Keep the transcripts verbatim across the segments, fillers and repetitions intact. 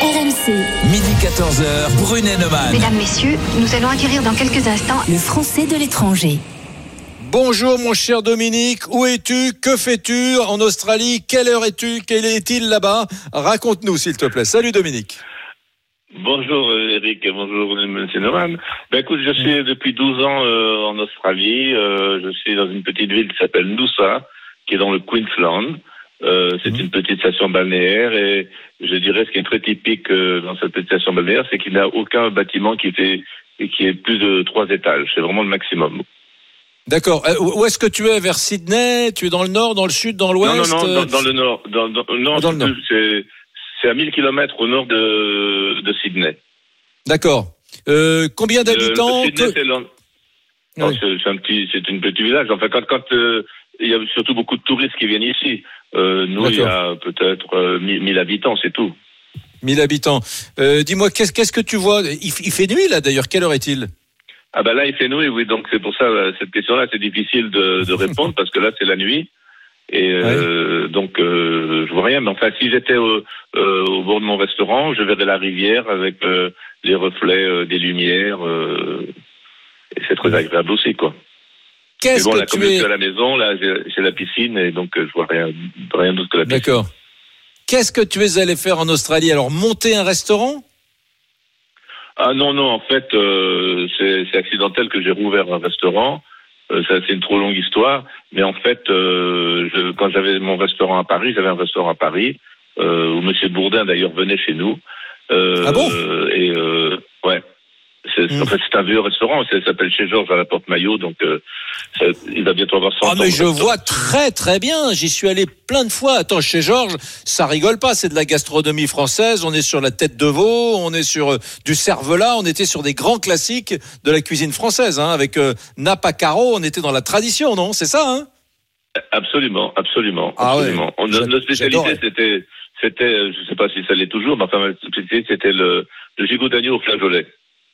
R M C. Midi quatorze heures, Brunet Neumann. Mesdames, messieurs, nous allons acquérir dans quelques instants Le Français de l'étranger. Bonjour mon cher Dominique, où es-tu? Que fais-tu en Australie? Quelle heure es-tu? Quel est-il là-bas? Raconte-nous s'il te plaît. Salut Dominique. Bonjour Eric et bonjour M. Neumann. Ben écoute, je suis depuis douze ans euh, en Australie. Euh, je suis dans une petite ville qui s'appelle Noosa, qui est dans le Queensland. Euh, c'est mmh. une petite station balnéaire et je dirais ce qui est très typique euh, dans cette petite station balnéaire, c'est qu'il n'y a aucun bâtiment qui fait qui est plus de trois étages. C'est vraiment le maximum. D'accord. Euh, où est-ce que tu es? Vers Sydney? Tu es dans le nord, dans le sud, dans l'ouest? Non, non, non, dans, dans le nord. Dans, dans, non, dans le nord. C'est, c'est à mille kilomètres au nord de, de Sydney. D'accord. Euh, combien d'habitants? Le, Sydney, que... c'est, non, oui. c'est, c'est un petit, c'est une petit village. Enfin, quand, quand euh, il y a surtout beaucoup de touristes qui viennent ici. Euh, nous, D'accord. il y a peut-être euh, mille habitants, c'est tout. mille habitants. Euh, dis-moi, qu'est-ce, qu'est-ce que tu vois? il, il fait nuit là, d'ailleurs. Quelle heure est-il? Ah ben là, il fait nuit, oui. Donc c'est pour ça, cette question-là, c'est difficile de, de répondre parce que là, c'est la nuit. Et euh, ouais. donc, euh, je vois rien. Mais enfin, si j'étais au, euh, au bord de mon restaurant, je verrais la rivière avec euh, les reflets euh, des lumières. Euh, et c'est très agréable aussi, quoi. Qu'est-ce mais bon, que là, tu comme es... je suis à la maison, là, j'ai, j'ai la piscine et donc euh, je vois rien, rien d'autre que la piscine. D'accord. Qu'est-ce que tu es allé faire en Australie? Alors, monter un restaurant? Ah non, non, en fait, euh, c'est, c'est accidentel que j'ai rouvert un restaurant. Euh, ça, c'est une trop longue histoire. Mais en fait, euh, je, quand j'avais mon restaurant à Paris, j'avais un restaurant à Paris, euh, où M. Bourdin, d'ailleurs, venait chez nous. Euh, ah bon Et, euh, ouais. C'est, mmh. En fait, c'est un vieux restaurant, ça s'appelle Chez Georges à la Porte-Maillot, donc euh, ça, il va bientôt avoir cent ans. Ah mais je vois très très bien, j'y suis allé plein de fois. Attends, Chez Georges, ça rigole pas, c'est de la gastronomie française, on est sur la tête de veau, on est sur euh, du cervelas, on était sur des grands classiques de la cuisine française, hein, avec euh, Napa Caro, on était dans la tradition, non? C'est ça, hein? Absolument, absolument, ah absolument. Ouais, on, notre spécialité, c'était, c'était, je sais pas si ça l'est toujours, mais enfin, ma spécialité, c'était le, le gigot d'agneau au flageolet.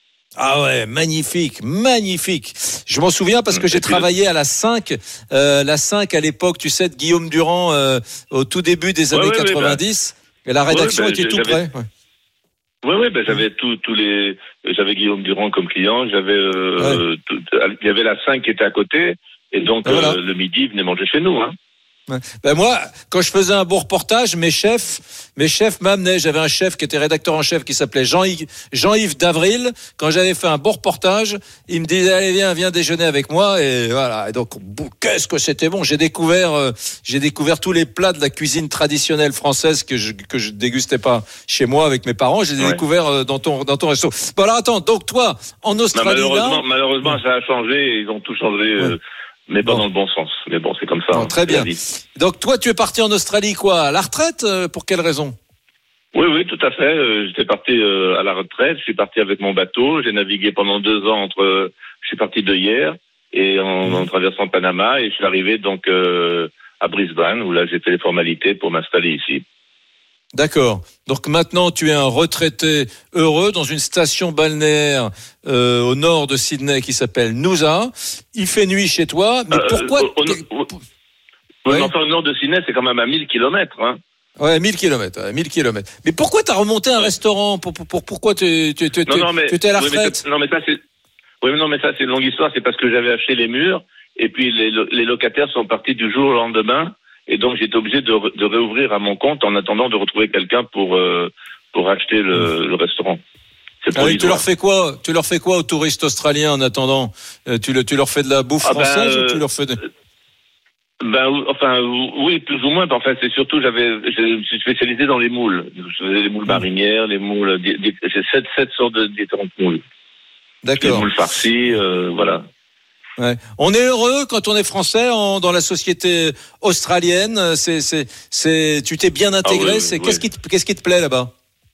Ah ouais, magnifique, magnifique. Je m'en souviens parce que j'ai travaillé à la cinq, euh, la cinq à l'époque, tu sais, de Guillaume Durand, euh, au tout début des années ouais, ouais, quatre-vingt-dix. Ouais, bah, et la rédaction ouais, bah, était tout près. Ouais, oui, oui, ben j'avais tous tous les, j'avais Guillaume Durand comme client, j'avais, euh, ouais. tout, il y avait la cinq qui était à côté, et donc ben voilà. euh, le midi, il venait manger chez nous, hein. Ben moi, quand je faisais un beau reportage, mes chefs, mes chefs m'amenaient. J'avais un chef qui était rédacteur en chef qui s'appelait Jean-Yves, Jean-Yves d'Avril. Quand j'avais fait un beau reportage, il me disait allez viens, viens déjeuner avec moi et voilà. Et donc qu'est-ce que c'était bon. J'ai découvert, euh, j'ai découvert tous les plats de la cuisine traditionnelle française que je que je dégustais pas chez moi avec mes parents. J'ai ouais. découvert euh, dans ton dans ton resto. Bon alors attends. Donc toi en Australie non, malheureusement, là, malheureusement ça a changé. Ils ont tout changé. Euh, ouais. Mais pas bon. Dans le bon sens. Mais bon, c'est comme ça. Bon, très bien. Donc, toi, tu es parti en Australie, quoi? À la retraite? Pour quelle raison? Oui, oui, tout à fait. Euh, j'étais parti euh, à la retraite. Je suis parti avec mon bateau. J'ai navigué pendant deux ans entre... Euh, je suis parti de hier et en, mmh. en traversant Panama. Et je suis arrivé donc euh, à Brisbane, où là, j'ai fait les formalités pour m'installer ici. D'accord. Donc maintenant, tu es un retraité heureux dans une station balnéaire euh, au nord de Sydney qui s'appelle Noosa. Il fait nuit chez toi, mais euh, pourquoi... Au, au, au, ouais. Enfin, au nord de Sydney, c'est quand même à mille kilomètres. Hein. Ouais, mille kilomètres. Ouais, mille kilomètres. Mais pourquoi tu as remonté un ouais. restaurant pour, pour, pour, Pourquoi tu tu, tu, non, non, mais, tu étais à la retraite oui, Non, mais ça, c'est... Oui, mais non, mais ça, c'est une longue histoire. C'est parce que j'avais acheté les murs et puis les, les locataires sont partis du jour au lendemain. Et donc, j'étais obligé de, de réouvrir à mon compte en attendant de retrouver quelqu'un pour, euh, pour acheter le, le restaurant. C'est ah oui, tu leur fais quoi? Tu leur fais quoi aux touristes australiens en attendant? euh, tu, le, tu leur fais de la bouffe ah française ben, euh, ou tu leur fais de... Ben, enfin, oui, plus ou moins. En fait, c'est surtout, j'avais, je suis spécialisé dans les moules. Je faisais les moules marinières, les moules, j'ai sept, sept sortes de différentes moules. D'accord. Les moules farcies, euh, voilà. Ouais. On est heureux quand on est français en, dans la société australienne. C'est, c'est, c'est, tu t'es bien intégré. Ah oui, c'est, oui. Qu'est-ce qui te, qu'est-ce qui te plaît là-bas?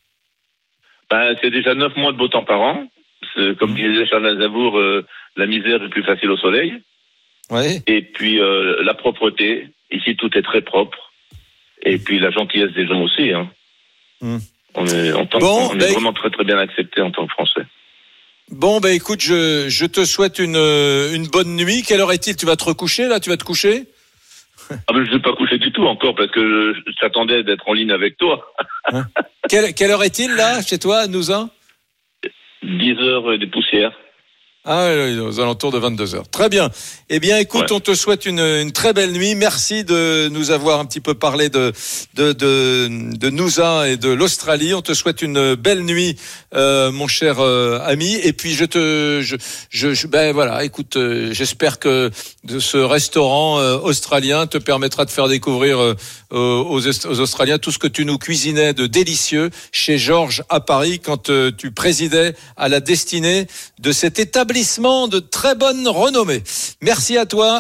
Ben, c'est déjà neuf mois de beau temps par an. C'est, comme mmh. disait Charles Aznavour, euh, la misère est plus facile au soleil. Ouais. Et puis euh, la propreté. Ici, tout est très propre. Et puis la gentillesse des gens aussi. Hein. Mmh. On est, en tant bon, on est ben, vraiment très très bien accepté en tant que Français. Bon, ben écoute, je, je te souhaite une, une bonne nuit. Quelle heure est-il? Tu vas te recoucher là? Tu vas te coucher? Ah ben je ne vais pas coucher du tout. tout encore parce que je, je t'attendais d'être en ligne avec toi. Hein quelle, quelle heure est-il là, chez toi, à Nouzin ? dix heures des poussières. Ah oui, aux alentours de vingt-deux heures. Très bien. Eh bien, écoute, ouais. on te souhaite une, une très belle nuit. Merci de nous avoir un petit peu parlé de de de, de Nouzin et de l'Australie. On te souhaite une belle nuit, euh, mon cher euh, ami. Et puis je te, je, je, je ben voilà. Écoute, euh, j'espère que de ce restaurant euh, australien te permettra de faire découvrir euh, aux, aux Australiens tout ce que tu nous cuisinais de délicieux chez Georges à Paris quand euh, tu présidais à la destinée de cet établissement de très bonne renommée. Merci à toi